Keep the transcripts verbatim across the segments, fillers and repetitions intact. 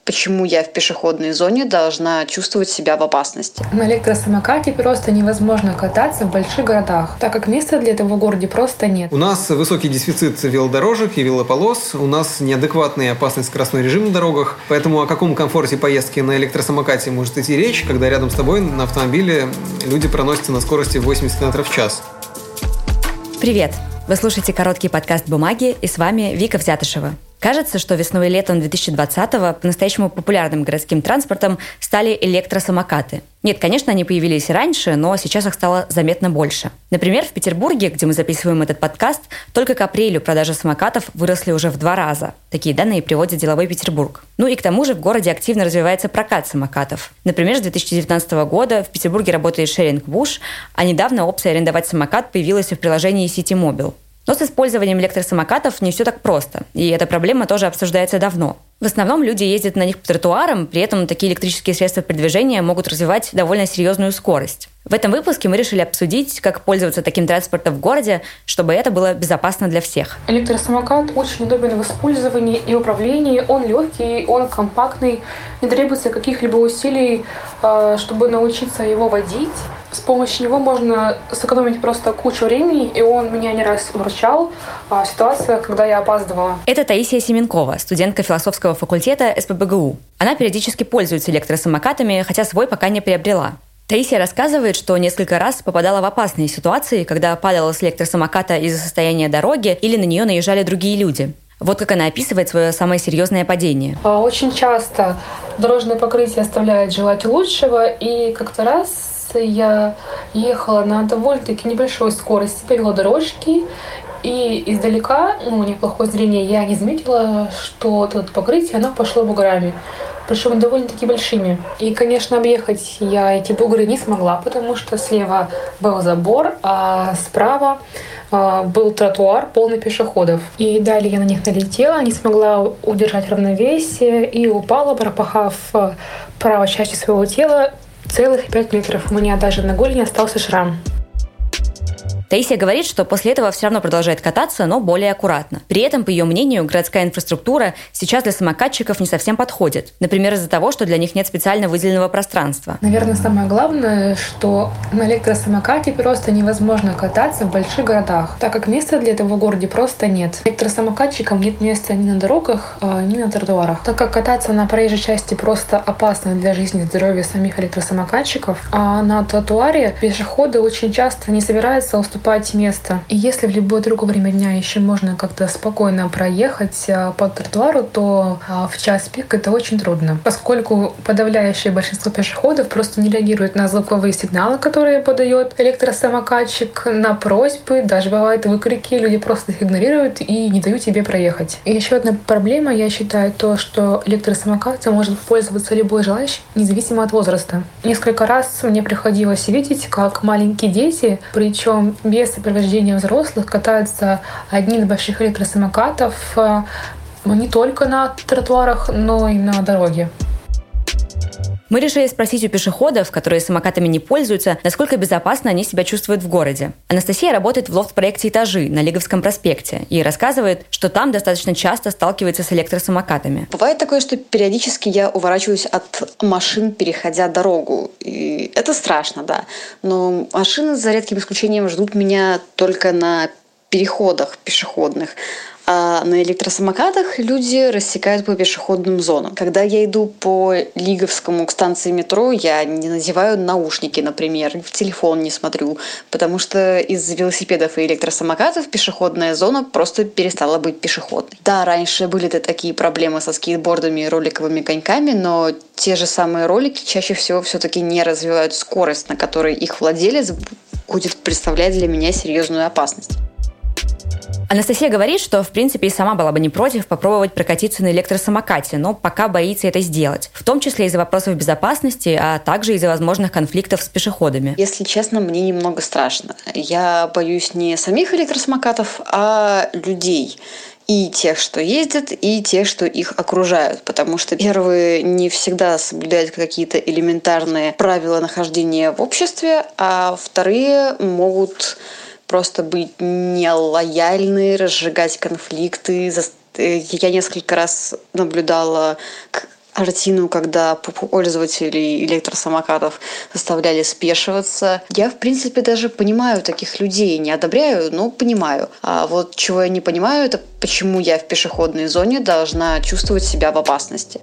почему я в пешеходной зоне должна чувствовать себя в опасности. На электросамокате просто невозможно кататься в больших городах, так как места для этого в городе просто нет. У нас высокий дефицит велодорожек и велополос, у нас неадекватный и опасный скоростной режим на дорогах, поэтому о каком комфорте поездки на электросамокате может идти речь, когда рядом с тобой на автомобиле люди проносятся на скорости восемьдесят километров в час. Привет! Вы слушаете короткий подкаст «Бумаги», и с вами Вика Взятышева. Кажется, что весной и летом две тысячи двадцатого по-настоящему популярным городским транспортом стали электросамокаты. Нет, конечно, они появились и раньше, но сейчас их стало заметно больше. Например, в Петербурге, где мы записываем этот подкаст, только к апрелю продажи самокатов выросли уже в два раза. Такие данные приводит деловой Петербург. Ну и к тому же в городе активно развивается прокат самокатов. Например, с две тысячи девятнадцатого года в Петербурге работает шеринг Буш, а недавно опция арендовать самокат появилась и в приложении City Mobile. Но с использованием электросамокатов не все так просто, и эта проблема тоже обсуждается давно. В основном люди ездят на них по тротуарам, при этом такие электрические средства передвижения могут развивать довольно серьезную скорость. В этом выпуске мы решили обсудить, как пользоваться таким транспортом в городе, чтобы это было безопасно для всех. Электросамокат очень удобен в использовании и управлении. Он легкий, он компактный, не требуется каких-либо усилий, чтобы научиться его водить. С помощью него можно сэкономить просто кучу времени, и он меня не раз выручал в ситуациях, когда я опаздывала. Это Таисия Семенкова, студентка философского факультета эс пэ бэ гэ у. Она периодически пользуется электросамокатами, хотя свой пока не приобрела. Таисия рассказывает, что несколько раз попадала в опасные ситуации, когда падала с электросамоката из-за состояния дороги или на нее наезжали другие люди. Вот как она описывает свое самое серьезное падение. Очень часто дорожное покрытие оставляет желать лучшего, и как-то раз я ехала на довольно-таки небольшой скорости по велодорожке, и издалека, ну, неплохое зрение, я не заметила, что это покрытие, оно пошло буграми. Причем довольно-таки большими. И, конечно, объехать я эти бугры не смогла, потому что слева был забор, а справа э, был тротуар, полный пешеходов. И далее я на них налетела, не смогла удержать равновесие и упала, пропахав э, правой части своего тела целых пять метров. У меня даже на голени остался шрам. Таисия говорит, что после этого все равно продолжает кататься, но более аккуратно. При этом, по ее мнению, городская инфраструктура сейчас для самокатчиков не совсем подходит. Например, из-за того, что для них нет специально выделенного пространства. Наверное, самое главное, что на электросамокате просто невозможно кататься в больших городах, так как места для этого в городе просто нет. Электросамокатчикам нет места ни на дорогах, ни на тротуарах. Так как кататься на проезжей части просто опасно для жизни и здоровья самих электросамокатчиков, а на тротуаре пешеходы очень часто не собираются уступать место. И если в любое другое время дня еще можно как-то спокойно проехать по тротуару, то в час пик это очень трудно, поскольку подавляющее большинство пешеходов просто не реагирует на звуковые сигналы, которые подает электросамокатчик, на просьбы, даже бывают выкрики, люди просто их игнорируют и не дают тебе проехать. И еще одна проблема, я считаю, то, что электросамокатом может пользоваться любой желающий, независимо от возраста. Несколько раз мне приходилось видеть, как маленькие дети, причем без сопровождения взрослых, катаются одни на больших электросамокатов не только на тротуарах, но и на дороге. Мы решили спросить у пешеходов, которые самокатами не пользуются, насколько безопасно они себя чувствуют в городе. Анастасия работает в лофт-проекте «Этажи» на Лиговском проспекте и рассказывает, что там достаточно часто сталкивается с электросамокатами. Бывает такое, что периодически я уворачиваюсь от машин, переходя дорогу. И это страшно, да. Но машины, за редким исключением, ждут меня только на переходах пешеходных. А на электросамокатах люди рассекают по пешеходным зонам. Когда я иду по Лиговскому к станции метро, я не надеваю наушники, например, в телефон не смотрю, потому что из-за велосипедов и электросамокатов пешеходная зона просто перестала быть пешеходной. Да, раньше были-то такие проблемы со скейтбордами и роликовыми коньками, но те же самые ролики чаще всего все-таки не развивают скорость, на которой их владелец будет представлять для меня серьезную опасность. Анастасия говорит, что, в принципе, и сама была бы не против попробовать прокатиться на электросамокате, но пока боится это сделать. В том числе из-за вопросов безопасности, а также из-за возможных конфликтов с пешеходами. Если честно, мне немного страшно. Я боюсь не самих электросамокатов, а людей. И тех, что ездят, и тех, что их окружают. Потому что первые не всегда соблюдают какие-то элементарные правила нахождения в обществе, а вторые могут просто быть нелояльны, разжигать конфликты. Я несколько раз наблюдала рутину, когда пользователи электросамокатов заставляли спешиваться. Я, в принципе, даже понимаю таких людей. Не одобряю, но понимаю. А вот чего я не понимаю, это почему я в пешеходной зоне должна чувствовать себя в опасности.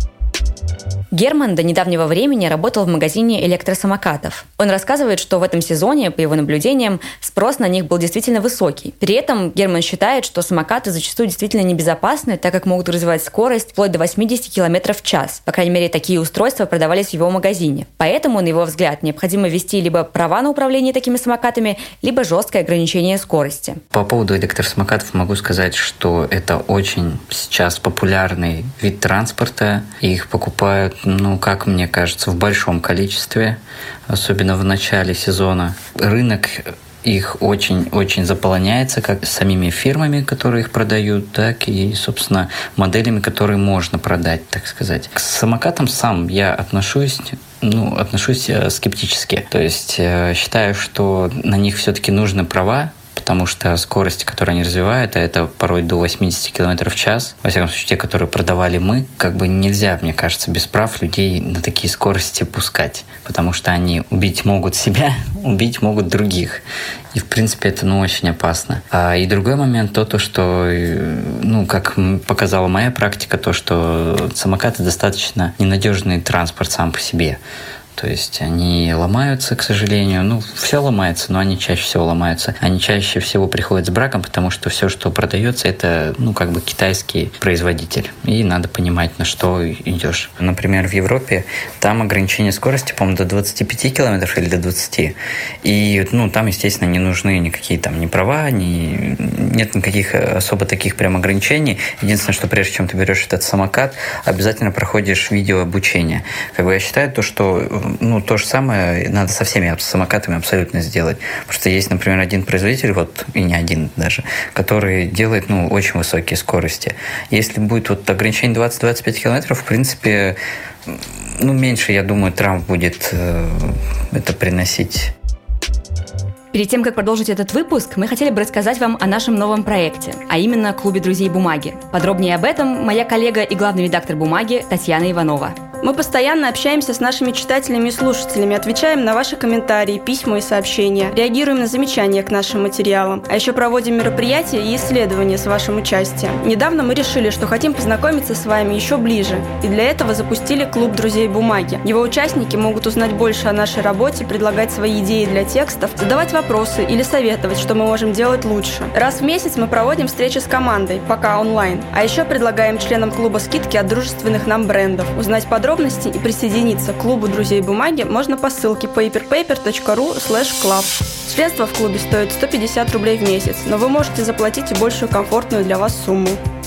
Герман до недавнего времени работал в магазине электросамокатов. Он рассказывает, что в этом сезоне, по его наблюдениям, спрос на них был действительно высокий. При этом Герман считает, что самокаты зачастую действительно небезопасны, так как могут развивать скорость вплоть до восемьдесят километров в час. По крайней мере, такие устройства продавались в его магазине. Поэтому, на его взгляд, необходимо ввести либо права на управление такими самокатами, либо жесткое ограничение скорости. По поводу электросамокатов могу сказать, что это очень сейчас популярный вид транспорта. Их покупают, ну, как мне кажется, в большом количестве, особенно в начале сезона. Рынок их очень-очень заполоняется как самими фирмами, которые их продают, так и, собственно, моделями, которые можно продать, так сказать. К самокатам сам я отношусь Ну, отношусь скептически. То есть считаю, что на них все-таки нужны права, потому что скорости, которые они развивают, а это порой до восемьдесят километров в час, во всяком случае, те, которые продавали мы, как бы нельзя, мне кажется, без прав людей на такие скорости пускать, потому что они убить могут себя, убить могут других. И, в принципе, это, ну, очень опасно. А, и другой момент то, то, что, ну, как показала моя практика, то, что самокаты достаточно ненадежный транспорт сам по себе. То есть они ломаются, к сожалению. Ну, все ломается, но они чаще всего ломаются. Они чаще всего приходят с браком, потому что все, что продается, это, ну, как бы китайский производитель. И надо понимать, на что идешь. Например, в Европе там ограничение скорости, по-моему, до двадцати пяти километров или до двадцати. И, ну, там, естественно, не нужны никакие там ни права, ни... нет никаких особо таких прям ограничений. Единственное, что прежде чем ты берешь этот самокат, обязательно проходишь видеообучение. Как бы я считаю, то, что ну, то же самое надо со всеми самокатами абсолютно сделать. Потому что есть, например, один производитель, вот, и не один даже, который делает, ну, очень высокие скорости. Если будет вот ограничение двадцать-двадцать пять километров, в принципе, ну, меньше, я думаю, травм будет э, это приносить. Перед тем, как продолжить этот выпуск, мы хотели бы рассказать вам о нашем новом проекте, а именно Клубе друзей бумаги. Подробнее об этом моя коллега и главный редактор «Бумаги» Татьяна Иванова. Мы постоянно общаемся с нашими читателями и слушателями, отвечаем на ваши комментарии, письма и сообщения, реагируем на замечания к нашим материалам, а еще проводим мероприятия и исследования с вашим участием. Недавно мы решили, что хотим познакомиться с вами еще ближе, и для этого запустили Клуб друзей бумаги. Его участники могут узнать больше о нашей работе, предлагать свои идеи для текстов, задавать вопросы или советовать, что мы можем делать лучше. Раз в месяц мы проводим встречи с командой, пока онлайн, а еще предлагаем членам клуба скидки от дружественных нам брендов. Узнать подробности и присоединиться к клубу друзей бумаги можно по ссылке paperpaper точка ру слэш клаб. Членство в клубе стоит сто пятьдесят рублей в месяц, но вы можете заплатить и большую комфортную для вас сумму.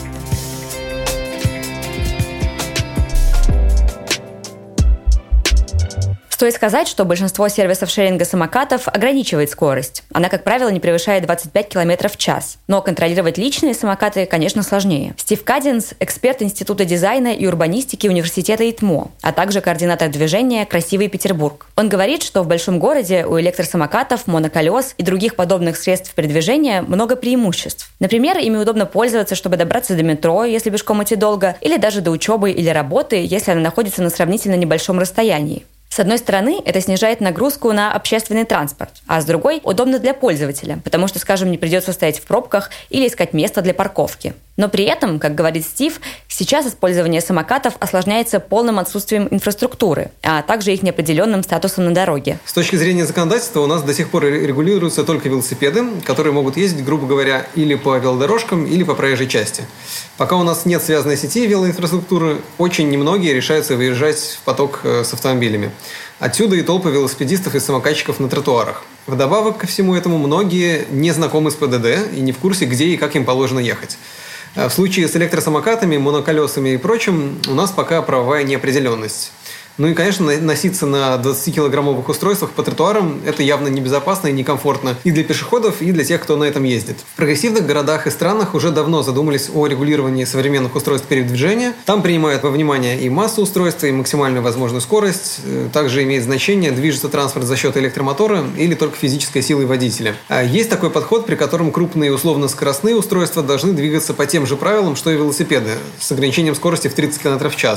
Стоит сказать, что большинство сервисов шеринга самокатов ограничивает скорость. Она, как правило, не превышает двадцать пять километров в час. Но контролировать личные самокаты, конечно, сложнее. Стив Каденс – эксперт Института дизайна и урбанистики университета ИТМО, а также координатор движения «Красивый Петербург». Он говорит, что в большом городе у электросамокатов, моноколес и других подобных средств передвижения много преимуществ. Например, ими удобно пользоваться, чтобы добраться до метро, если пешком идти долго, или даже до учебы или работы, если она находится на сравнительно небольшом расстоянии. С одной стороны, это снижает нагрузку на общественный транспорт, а с другой – удобно для пользователя, потому что, скажем, не придется стоять в пробках или искать место для парковки. Но при этом, как говорит Стив, сейчас использование самокатов осложняется полным отсутствием инфраструктуры, а также их неопределенным статусом на дороге. С точки зрения законодательства у нас до сих пор регулируются только велосипеды, которые могут ездить, грубо говоря, или по велодорожкам, или по проезжей части. Пока у нас нет связанной сети велоинфраструктуры, очень немногие решаются выезжать в поток с автомобилями. Отсюда и толпы велосипедистов и самокатчиков на тротуарах. Вдобавок ко всему этому, многие не знакомы с ПДД и не в курсе, где и как им положено ехать. В случае с электросамокатами, моноколесами и прочим, у нас пока правовая неопределенность. Ну и, конечно, носиться на двадцатикилограммовых устройствах по тротуарам – это явно небезопасно и некомфортно и для пешеходов, и для тех, кто на этом ездит. В прогрессивных городах и странах уже давно задумались о регулировании современных устройств передвижения. Там принимают во внимание и массу устройства, и максимальную возможную скорость. Также имеет значение, движется транспорт за счет электромотора или только физической силой водителя. Есть такой подход, при котором крупные условно-скоростные устройства должны двигаться по тем же правилам, что и велосипеды, с ограничением скорости в тридцать километров в час.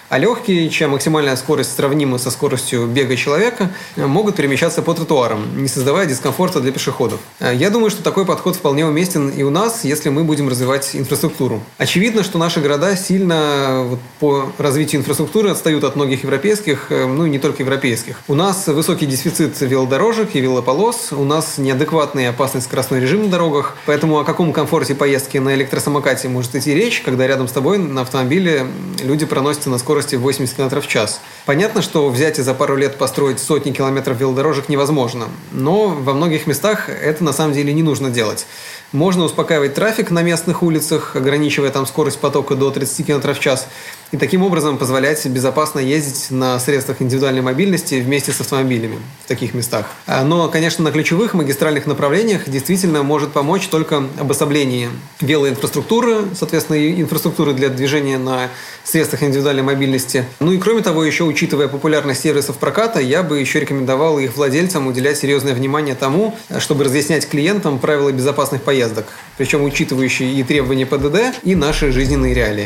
А легкие, чья максимальная скорость сравнима со скоростью бега человека, могут перемещаться по тротуарам, не создавая дискомфорта для пешеходов. Я думаю, что такой подход вполне уместен и у нас, если мы будем развивать инфраструктуру. Очевидно, что наши города сильно вот, по развитию инфраструктуры отстают от многих европейских, ну и не только европейских. У нас высокий дефицит велодорожек и велополос, у нас неадекватный и опасный скоростной режим на дорогах, поэтому о каком комфорте поездки на электросамокате может идти речь, когда рядом с тобой на автомобиле люди проносятся на скорости восемьдесят километров в час. Понятно, что взять и за пару лет построить сотни километров велодорожек невозможно, но во многих местах это на самом деле не нужно делать. Можно успокаивать трафик на местных улицах, ограничивая там скорость потока до тридцати километров в час, и таким образом позволять безопасно ездить на средствах индивидуальной мобильности вместе с автомобилями в таких местах. Но, конечно, на ключевых магистральных направлениях действительно может помочь только обособление велоинфраструктуры, соответственно, и инфраструктуры для движения на средствах индивидуальной мобильности. Ну и кроме того, еще учитывая популярность сервисов проката, я бы еще рекомендовал их владельцам уделять серьезное внимание тому, чтобы разъяснять клиентам правила безопасных поездок, причем учитывающие и требования ПДД, и наши жизненные реалии.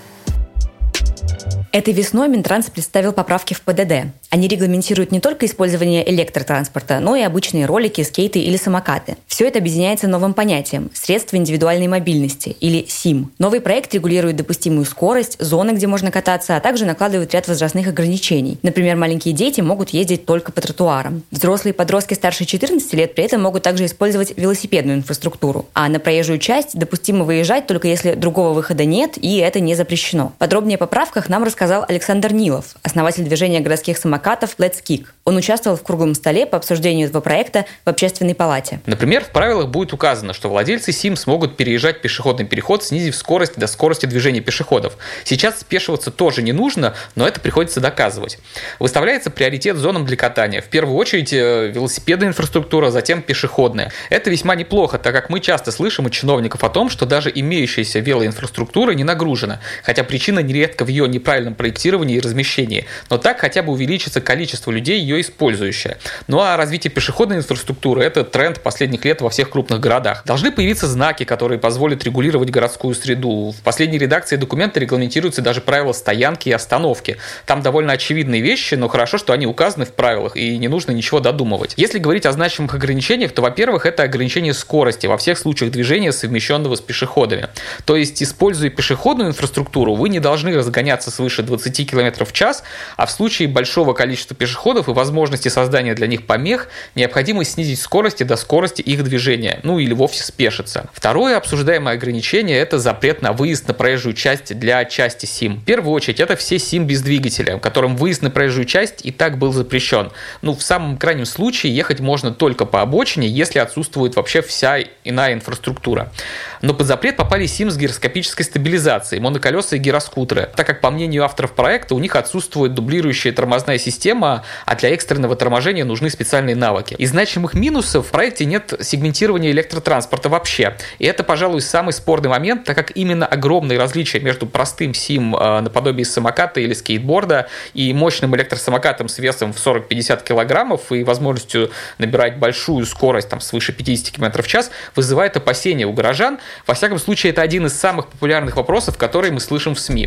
Этой весной Минтранс представил поправки в ПДД. Они регламентируют не только использование электротранспорта, но и обычные ролики, скейты или самокаты. Все это объединяется новым понятием – средства индивидуальной мобильности, или СИМ. Новый проект регулирует допустимую скорость, зоны, где можно кататься, а также накладывает ряд возрастных ограничений. Например, маленькие дети могут ездить только по тротуарам. Взрослые и подростки старше четырнадцати лет при этом могут также использовать велосипедную инфраструктуру. А на проезжую часть допустимо выезжать только если другого выхода нет, и это не запрещено. Подробнее о поправках нам рассказал сказал Александр Нилов, основатель движения городских самокатов Let's Kick. Он участвовал в круглом столе по обсуждению этого проекта в Общественной палате. Например, в правилах будет указано, что владельцы СИМ смогут переезжать пешеходный переход, снизив скорость до скорости движения пешеходов. Сейчас спешиваться тоже не нужно, но это приходится доказывать. Выставляется приоритет зонам для катания. В первую очередь велосипедная инфраструктура, затем пешеходная. Это весьма неплохо, так как мы часто слышим от чиновников о том, что даже имеющаяся велоинфраструктура не нагружена, хотя причина нередко в ее неправильном проектировании и размещении. Но так хотя бы увеличится количество людей, ее использующие. Ну а развитие пешеходной инфраструктуры – это тренд последних лет во всех крупных городах. Должны появиться знаки, которые позволят регулировать городскую среду. В последней редакции документа регламентируются даже правила стоянки и остановки. Там довольно очевидные вещи, но хорошо, что они указаны в правилах, и не нужно ничего додумывать. Если говорить о значимых ограничениях, то, во-первых, это ограничение скорости во всех случаях движения, совмещенного с пешеходами. То есть, используя пешеходную инфраструктуру, вы не должны разгоняться свыше двадцати километров в час, а в случае большого количества пешеходов и возможности создания для них помех, необходимо снизить скорости до скорости их движения, ну или вовсе спешиться. Второе обсуждаемое ограничение – это запрет на выезд на проезжую часть для части СИМ. В первую очередь, это все СИМ без двигателя, которым выезд на проезжую часть и так был запрещен. Ну, в самом крайнем случае, ехать можно только по обочине, если отсутствует вообще вся иная инфраструктура. Но под запрет попали СИМ с гироскопической стабилизацией, моноколеса и гироскутеры, так как, по мнению авторов проекта, у них отсутствует дублирующая тормозная система, а для экстренного торможения нужны специальные навыки. Из значимых минусов в проекте нет сегментирования электротранспорта вообще. И это, пожалуй, самый спорный момент, так как именно огромные различия между простым СИМ э, наподобие самоката или скейтборда и мощным электросамокатом с весом в сорок-пятьдесят килограммов и возможностью набирать большую скорость там, свыше пятидесяти километров в час вызывает опасения у горожан. Во всяком случае, это один из самых популярных вопросов, которые мы слышим в СМИ.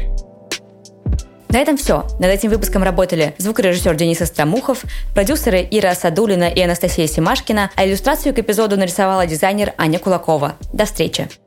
На этом все. Над этим выпуском работали звукорежиссер Денис Остромухов, продюсеры Ира Садулина и Анастасия Семашкина, а иллюстрацию к эпизоду нарисовала дизайнер Аня Кулакова. До встречи!